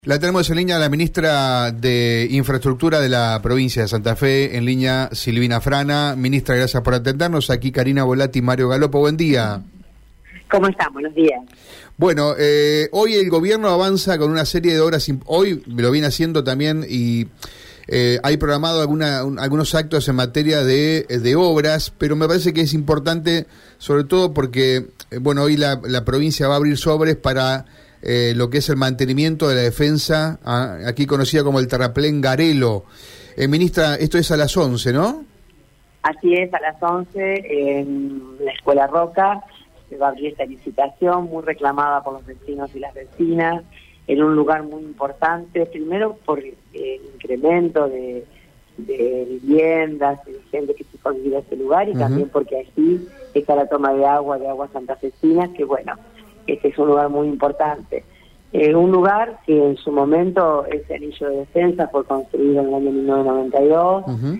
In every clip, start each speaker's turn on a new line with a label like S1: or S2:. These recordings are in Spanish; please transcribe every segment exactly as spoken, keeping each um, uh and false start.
S1: La tenemos en línea a la ministra de Infraestructura de la provincia de Santa Fe, en línea Silvina Frana. Ministra, gracias por atendernos. Aquí Karina Volati y Mario Galopo. Buen día.
S2: ¿Cómo están? Buenos días.
S1: Bueno, eh, hoy el gobierno avanza con una serie de obras, hoy lo viene haciendo también y eh, hay programado alguna, un, algunos actos en materia de, de obras, pero me parece que es importante, sobre todo porque, eh, bueno, hoy la, la provincia va a abrir sobres para Eh, lo que es el mantenimiento de la defensa, ah, aquí conocida como el terraplén Garelo. Eh, ministra, esto es a las once, ¿no?
S2: Así es, a las once en la Escuela Roca se va a abrir esta licitación muy reclamada por los vecinos y las vecinas, en un lugar muy importante, primero por el incremento de, de viviendas, de gente que se convive a ese lugar, y uh-huh. también porque aquí está la toma de agua, de aguas santafesinas, que bueno, este es un lugar muy importante. Eh, un lugar que en su momento, ese anillo de defensa fue construido en el año mil novecientos noventa y dos uh-huh.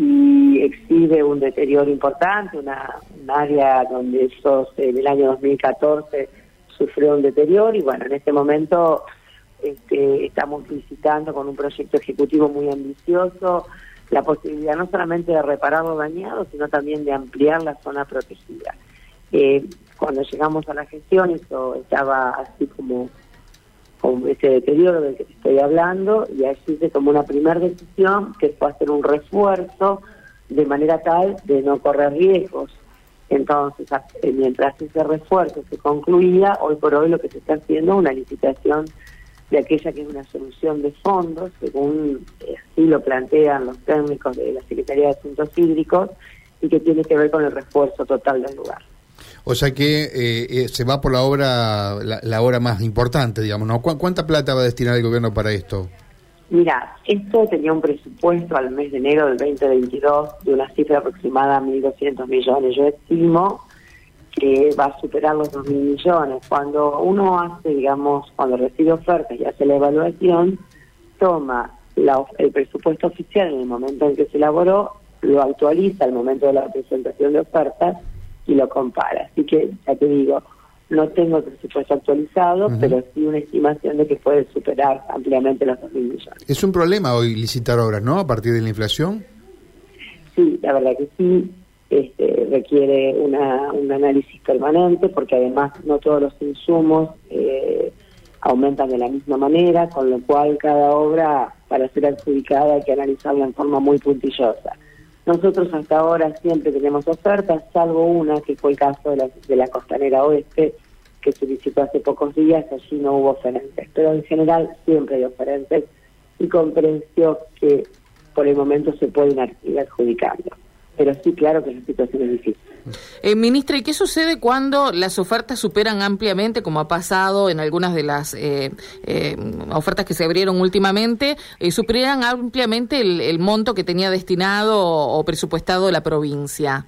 S2: y exhibe un deterioro importante, una, un área donde eso en el año dos mil catorce sufrió un deterioro, y bueno, en este momento este, estamos visitando con un proyecto ejecutivo muy ambicioso la posibilidad no solamente de reparar lo dañado, sino también de ampliar la zona protegida. Eh, cuando llegamos a la gestión, eso estaba así como, como ese deterioro del que te estoy hablando, y allí se tomó una primera decisión, que fue hacer un refuerzo de manera tal de no correr riesgos. Entonces, mientras ese refuerzo se concluía, hoy por hoy lo que se está haciendo es una licitación de aquella que es una solución de fondos, según eh, así lo plantean los técnicos de la Secretaría de Asuntos Hídricos, y que tiene que ver con el refuerzo total del lugar.
S1: O sea que eh, eh, se va por la obra la, la obra más importante, digamos, ¿no? ¿Cu- ¿Cuánta plata va a destinar el gobierno para esto?
S2: Mira, esto tenía un presupuesto al mes de enero del veinte veintidós de una cifra aproximada a mil doscientos millones. Yo estimo que va a superar los dos mil millones. Cuando uno hace, digamos, cuando recibe ofertas y hace la evaluación, toma la, el presupuesto oficial en el momento en que se elaboró, lo actualiza al momento de la presentación de ofertas y lo compara. Así que, ya te digo, no tengo el presupuesto actualizado, uh-huh. pero sí una estimación de que puede superar ampliamente los dos mil millones.
S1: Es un problema hoy licitar obras, ¿no?, a partir de la inflación.
S2: Sí, la verdad que sí, este, requiere una, un análisis permanente, porque además no todos los insumos eh, aumentan de la misma manera, con lo cual cada obra, para ser adjudicada, hay que analizarla en forma muy puntillosa. Nosotros hasta ahora siempre tenemos ofertas, salvo una, que fue el caso de la, de la Costanera Oeste, que se visitó hace pocos días, allí no hubo oferentes. Pero en general siempre hay oferentes, y con precios que por el momento se pueden ir adjudicando. Pero sí, claro que la situación es difícil.
S3: Eh, ministra, ¿y qué sucede cuando las ofertas superan ampliamente, como ha pasado en algunas de las eh, eh, ofertas que se abrieron últimamente, eh, superan ampliamente el, el monto que tenía destinado o, o presupuestado la provincia?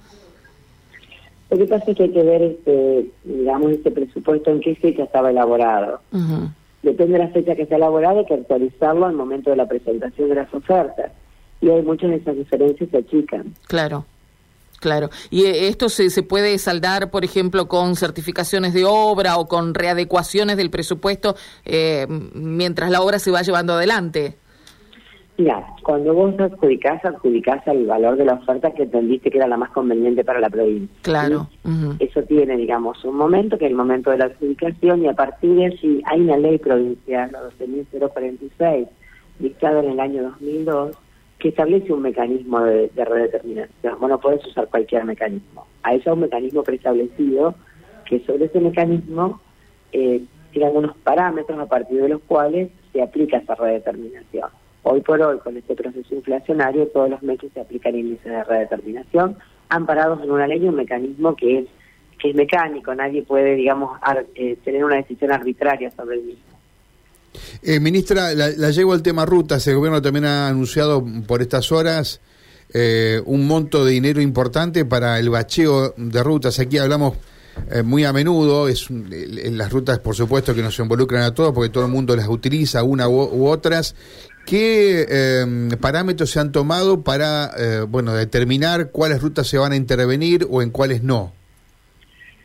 S2: Lo que pasa es que hay que ver, este, digamos, este presupuesto en qué fecha estaba elaborado. Uh-huh. Depende de la fecha que está elaborado, hay que actualizarlo al momento de la presentación de las ofertas. Y hay muchas de esas diferencias que achican.
S3: Claro, claro. ¿Y esto se, se puede saldar, por ejemplo, con certificaciones de obra o con readecuaciones del presupuesto eh, mientras la obra se va llevando adelante?
S2: Mira, cuando vos adjudicás, adjudicás al valor de la oferta que entendiste que era la más conveniente para la provincia.
S3: Claro.
S2: ¿Sí?
S3: Uh-huh.
S2: Eso tiene, digamos, un momento, que es el momento de la adjudicación, y a partir de allí hay una ley provincial, la doce mil cuarenta y seis, dictada en el año dos mil dos, que establece un mecanismo de, de redeterminación. Vos no podés usar cualquier mecanismo. Hay ya un mecanismo preestablecido, que sobre ese mecanismo eh, tiene algunos parámetros a partir de los cuales se aplica esa redeterminación. Hoy por hoy, con este proceso inflacionario, todos los meses se aplican índices de redeterminación, amparados en una ley y un mecanismo que es, que es mecánico. Nadie puede, digamos, ar, eh, tener una decisión arbitraria sobre el mismo.
S1: Eh, ministra, la, la llevo al tema rutas. El gobierno también ha anunciado por estas horas eh, un monto de dinero importante para el bacheo de rutas. Aquí hablamos eh, muy a menudo, es en las rutas, por supuesto, que nos involucran a todos, porque todo el mundo las utiliza, una u, u otras. ¿Qué eh, parámetros se han tomado para eh, bueno, determinar cuáles rutas se van a intervenir o en cuáles no?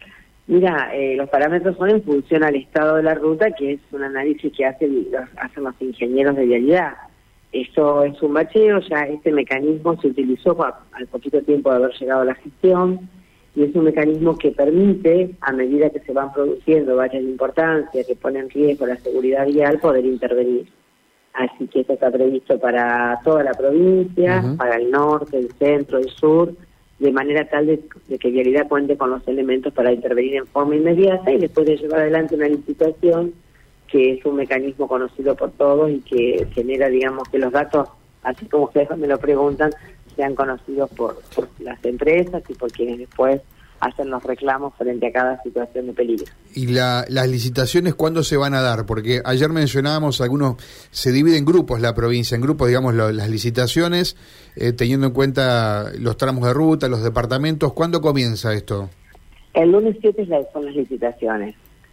S2: Mira, eh, los parámetros son en función al estado de la ruta, que es un análisis que hacen los, hacen los ingenieros de vialidad. Esto es un bacheo, ya este mecanismo se utilizó a, al poquito tiempo de haber llegado a la gestión, y es un mecanismo que permite, a medida que se van produciendo vallas de importancia que ponen en riesgo la seguridad vial, poder intervenir. Así que esto está previsto para toda la provincia, uh-huh. para el norte, el centro, el sur, de manera tal de, de que Vialidad cuente con los elementos para intervenir en forma inmediata y después de llevar adelante una licitación que es un mecanismo conocido por todos y que genera, digamos, que los datos, así como ustedes me lo preguntan, sean conocidos por, por las empresas y por quienes después hacen los reclamos frente a cada situación de peligro.
S1: ¿Y la, las licitaciones cuándo se van a dar? Porque ayer mencionábamos, algunos, se divide en grupos la provincia, en grupos, digamos, lo, las licitaciones, eh, teniendo en cuenta los tramos de ruta, los departamentos. ¿Cuándo comienza esto?
S2: El lunes siete es la, son las licitaciones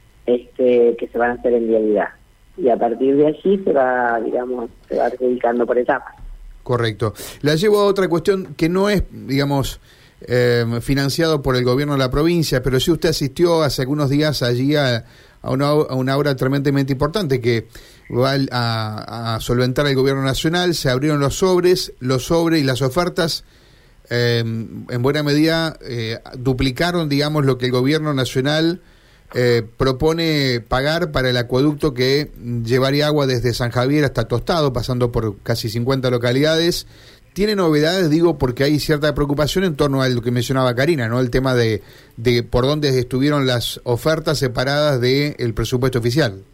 S2: este, que se van a hacer en Vialidad. Y a partir de allí se va, digamos, se va adjudicando por etapas.
S1: Correcto. La llevo a otra cuestión que no es, digamos, eh, financiado por el gobierno de la provincia, pero sí usted asistió hace algunos días allí a, a, una, a una obra tremendamente importante que va a, a solventar el gobierno nacional. Se abrieron los sobres, los sobres y las ofertas eh, en buena medida eh, duplicaron, digamos, lo que el gobierno nacional Eh, propone pagar para el acueducto que llevaría agua desde San Javier hasta Tostado, pasando por casi cincuenta localidades. Tiene novedades, digo, porque hay cierta preocupación en torno a lo que mencionaba Karina, ¿no? El tema de, de por dónde estuvieron las ofertas separadas del presupuesto oficial.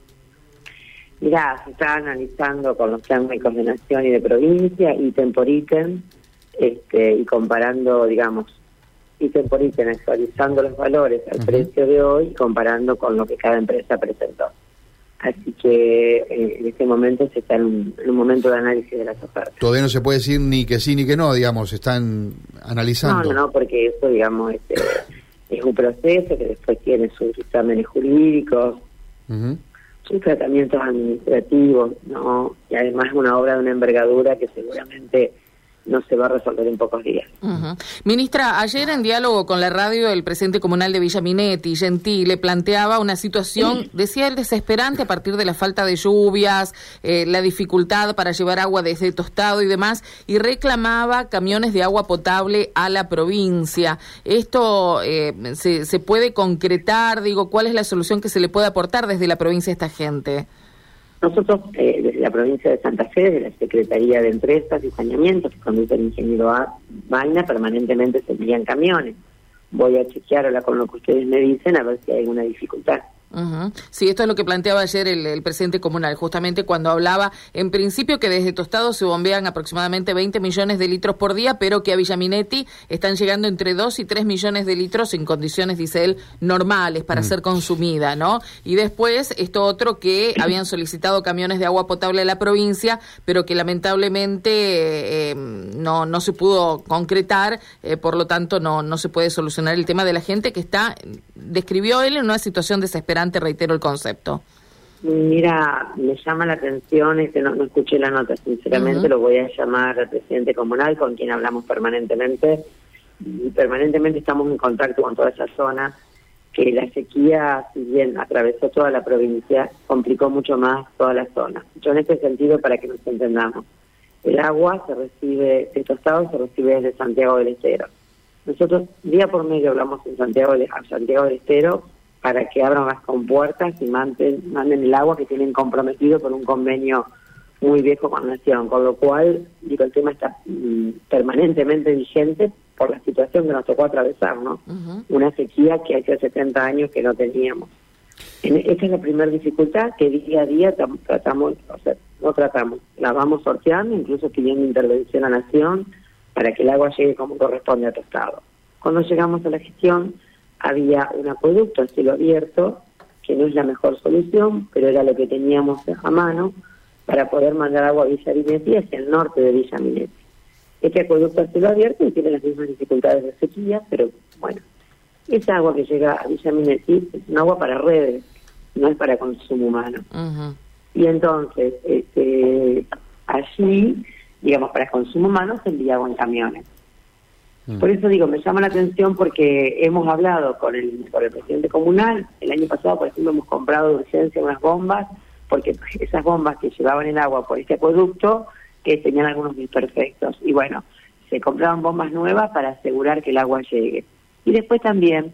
S2: Mirá, se está analizando con los técnicos de nación y de provincia, ítem por ítem, este, y comparando, digamos, ítem por ítem, actualizando los valores al uh-huh. precio de hoy, comparando con lo que cada empresa presentó. Así que eh, en este momento se está en un, en un momento de análisis de las ofertas.
S1: Todavía no se puede decir ni que sí ni que no, digamos, están analizando.
S2: No, no, no, porque eso, digamos, este, es un proceso que después tiene sus exámenes jurídicos, uh-huh. sus tratamientos administrativos, ¿no? Y además es una obra de una envergadura que seguramente no se va a resolver en pocos días.
S3: Uh-huh. Ministra, ayer en diálogo con la radio, el presidente comunal de Villa Minetti, Gentile, planteaba una situación, sí. decía él, desesperante a partir de la falta de lluvias, eh, la dificultad para llevar agua desde Tostado y demás, y reclamaba camiones de agua potable a la provincia. ¿Esto eh, se, se puede concretar? Digo, ¿cuál es la solución que se le puede aportar desde la provincia a esta gente?
S2: Nosotros, eh, desde la provincia de Santa Fe, desde la Secretaría de Empresas y Saneamiento, que conduce el ingeniero A. Vaina, permanentemente se envían camiones. Voy a chequear ahora con lo que ustedes me dicen a ver si hay alguna dificultad.
S3: Uh-huh. Sí, esto es lo que planteaba ayer el, el presidente comunal, justamente cuando hablaba, en principio, que desde Tostado se bombean aproximadamente veinte millones de litros por día, pero que a Villa Minetti están llegando entre dos y tres millones de litros en condiciones, dice él, normales para mm. ser consumida, ¿no? Y después, esto otro, que habían solicitado camiones de agua potable a la provincia, pero que lamentablemente eh, no, no se pudo concretar, eh, por lo tanto no, no se puede solucionar el tema de la gente que está, describió él, en una situación desesperada. Reitero el concepto.
S2: Mira, me llama la atención, este no, no escuché la nota, sinceramente uh-huh. lo voy a llamar al presidente comunal, con quien hablamos permanentemente, y permanentemente estamos en contacto con toda esa zona, que la sequía, si bien atravesó toda la provincia, complicó mucho más toda la zona. Yo en este sentido, para que nos entendamos, el agua se recibe de Tostado, se recibe desde Santiago del Estero. Nosotros día por medio hablamos en Santiago, de, a Santiago del Estero, para que abran las compuertas y manden, manden el agua que tienen comprometido por un convenio muy viejo con Nación, con lo cual, digo, el tema está mm, permanentemente vigente por la situación que nos tocó atravesar, ¿no? Uh-huh. Una sequía que hace setenta años que no teníamos. En, esta es la primera dificultad que día a día tam, tratamos, o sea, no tratamos, la vamos sorteando, incluso pidiendo intervención a Nación para que el agua llegue como corresponde a Tostado. Cuando llegamos a la gestión, había un acueducto a cielo abierto, que no es la mejor solución, pero era lo que teníamos a mano para poder mandar agua a Villa Minetti hacia el norte de Villa Minetti. Este acueducto a cielo abierto tiene las mismas dificultades de sequía, pero bueno, esa agua que llega a Villa Minetti es un agua para redes, no es para consumo humano. Uh-huh. Y entonces, este, allí, digamos, para consumo humano se envía agua en camiones. Mm. Por eso digo, me llama la atención porque hemos hablado con el, con el presidente comunal. El año pasado, por ejemplo, hemos comprado de urgencia unas bombas, porque esas bombas que llevaban el agua por este acueducto, que tenían algunos desperfectos. Y bueno, se compraban bombas nuevas para asegurar que el agua llegue. Y después también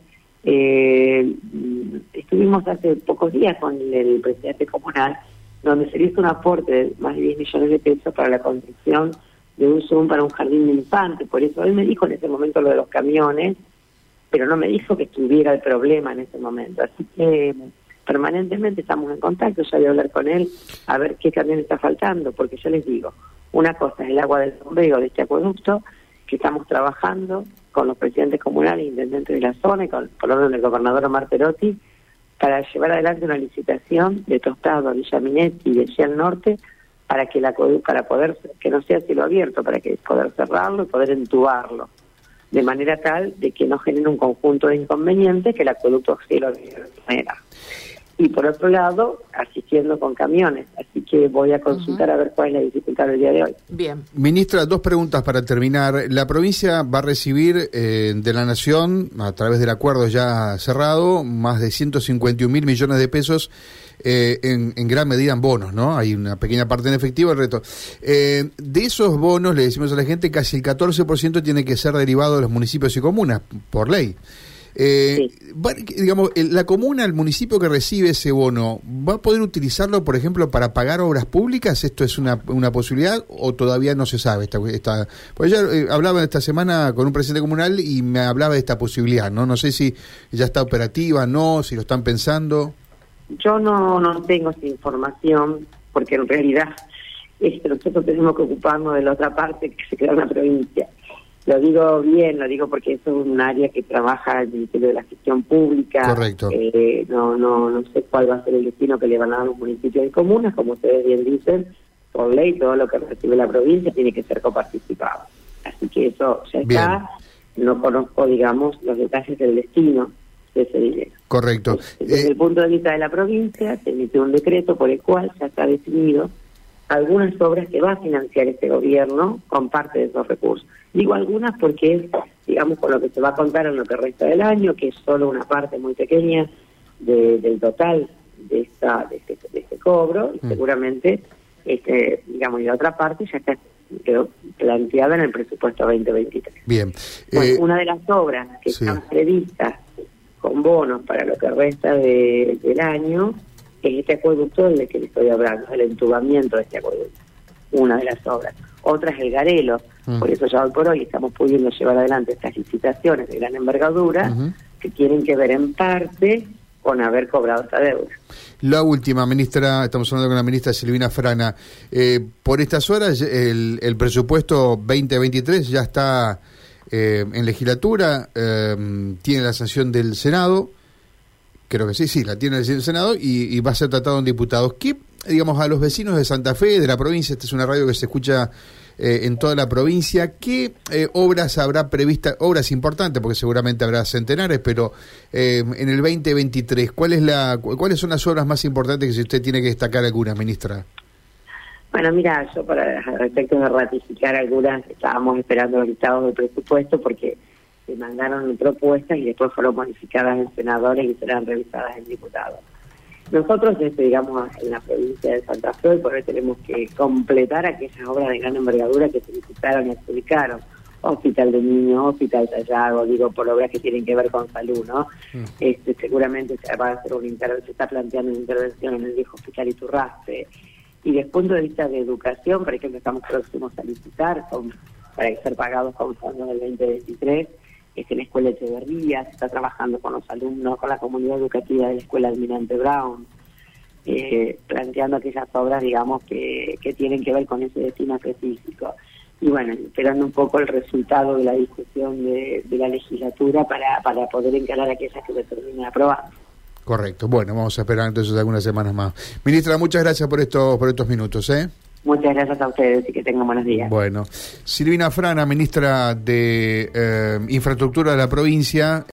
S2: eh, estuvimos hace pocos días con el presidente comunal, donde se le hizo un aporte de más de diez millones de pesos para la construcción de un Zoom para un jardín de infantes. Por eso él me dijo en ese momento lo de los camiones, pero no me dijo que estuviera el problema en ese momento. Así que permanentemente estamos en contacto. Ya voy a hablar con él a ver qué camión está faltando, porque yo les digo, una cosa es el agua del bombeo de este acueducto, que estamos trabajando con los presidentes comunales e intendentes de la zona y con por orden del gobernador Omar Perotti para llevar adelante una licitación de Tostado, Villa Minetti y de Allí al Norte para que el acueducto, para poder, que no sea cielo abierto, para que poder cerrarlo y poder entubarlo, de manera tal de que no genere un conjunto de inconvenientes que el acueducto cielo abierto genera. Y por otro lado, asistiendo con camiones. Así que voy a consultar uh-huh. a ver cuál es la dificultad del día de hoy.
S3: Bien.
S1: Ministra, dos preguntas para terminar. La provincia va a recibir eh, de la Nación, a través del acuerdo ya cerrado, más de ciento cincuenta y un mil millones de pesos, eh, en, en gran medida en bonos, ¿no? Hay una pequeña parte en efectivo, el resto. Eh, de esos bonos, le decimos a la gente, casi el catorce por ciento tiene que ser derivado de los municipios y comunas, por ley. Eh, sí. va, digamos, la comuna, el municipio que recibe ese bono, ¿va a poder utilizarlo, por ejemplo, para pagar obras públicas? ¿Esto es una, una posibilidad o todavía no se sabe? Esta, esta, pues ya eh, hablaba esta semana con un presidente comunal y me hablaba de esta posibilidad, ¿no? No sé si ya está operativa, no, si lo están pensando.
S2: Yo no, no tengo esa información, porque en realidad este, nosotros tenemos que ocuparnos de la otra parte que se queda en la provincia. Lo digo bien, lo digo porque eso es un área que trabaja el Ministerio de la Gestión Pública.
S1: Correcto.
S2: Eh, no, no, no sé cuál va a ser el destino que le van a dar a los municipios y comunas, como ustedes bien dicen, por ley todo lo que recibe la provincia tiene que ser coparticipado. Así que eso ya está. Bien. No conozco, digamos, los detalles del destino de ese dinero.
S1: Correcto.
S2: Desde eh... el punto de vista de la provincia, se emitió un decreto por el cual ya está definido algunas obras que va a financiar este gobierno con parte de esos recursos. Digo algunas porque es, digamos, con lo que se va a contar en lo que resta del año, que es solo una parte muy pequeña de, del total de esta de este, de este cobro, y mm. seguramente, este digamos, y la otra parte ya está, quedó planteada en el presupuesto veinte veintitrés.
S1: Bien.
S2: Bueno,
S1: eh,
S2: una de las obras que sí. están previstas con bonos para lo que resta de, del año es este acueducto del que le estoy hablando, el entubamiento de este acueducto, una de las obras. Otra es el Garelo, mm. por eso ya hoy por hoy estamos pudiendo llevar adelante estas licitaciones de gran envergadura uh-huh. que tienen que ver en parte con haber cobrado esta deuda.
S1: La última, ministra, estamos hablando con la ministra Silvina Frana. Eh, por estas horas el, el presupuesto veinte veintitrés ya está eh, en legislatura, eh, tiene la sanción del Senado. Creo que sí, sí, la tiene el Senado y, y va a ser tratado en diputados. ¿Qué, digamos, a los vecinos de Santa Fe, de la provincia, esta es una radio que se escucha eh, en toda la provincia, qué eh, obras habrá previstas, obras importantes, porque seguramente habrá centenares, pero eh, en el veinte veintitrés, ¿cuál es la, ¿cuáles son las obras más importantes que si usted tiene que destacar algunas, ministra?
S2: Bueno, mira, yo para respecto de ratificar algunas, estábamos esperando los listados del presupuesto porque se mandaron propuestas y después fueron modificadas en senadores y serán revisadas en diputados. Nosotros, este, digamos, en la provincia de Santa Fe, hoy por hoy tenemos que completar aquellas obras de gran envergadura que se licitaron y adjudicaron. Hospital de Niños, Hospital Sayago, digo, por obras que tienen que ver con salud, ¿no? Mm. Este, seguramente se va a hacer una inter- se está planteando una intervención en el viejo Hospital Iturraspe. Y desde el punto de vista de educación, por ejemplo, estamos próximos a licitar con, para ser pagados con fondos del veinte veintitrés, es en la Escuela Echeverría, se está trabajando con los alumnos, con la comunidad educativa de la Escuela Almirante Brown, eh, planteando aquellas obras, digamos, que, que tienen que ver con ese destino específico. Y bueno, esperando un poco el resultado de la discusión de, de la legislatura para, para poder encarar aquellas que se terminen aprobando.
S1: Correcto. Bueno, vamos a esperar entonces algunas semanas más. Ministra, muchas gracias por estos, por estos minutos, ¿eh?
S2: Muchas gracias a ustedes y que tengan buenos días.
S1: Bueno, Silvina Frana, ministra de eh, Infraestructura de la provincia.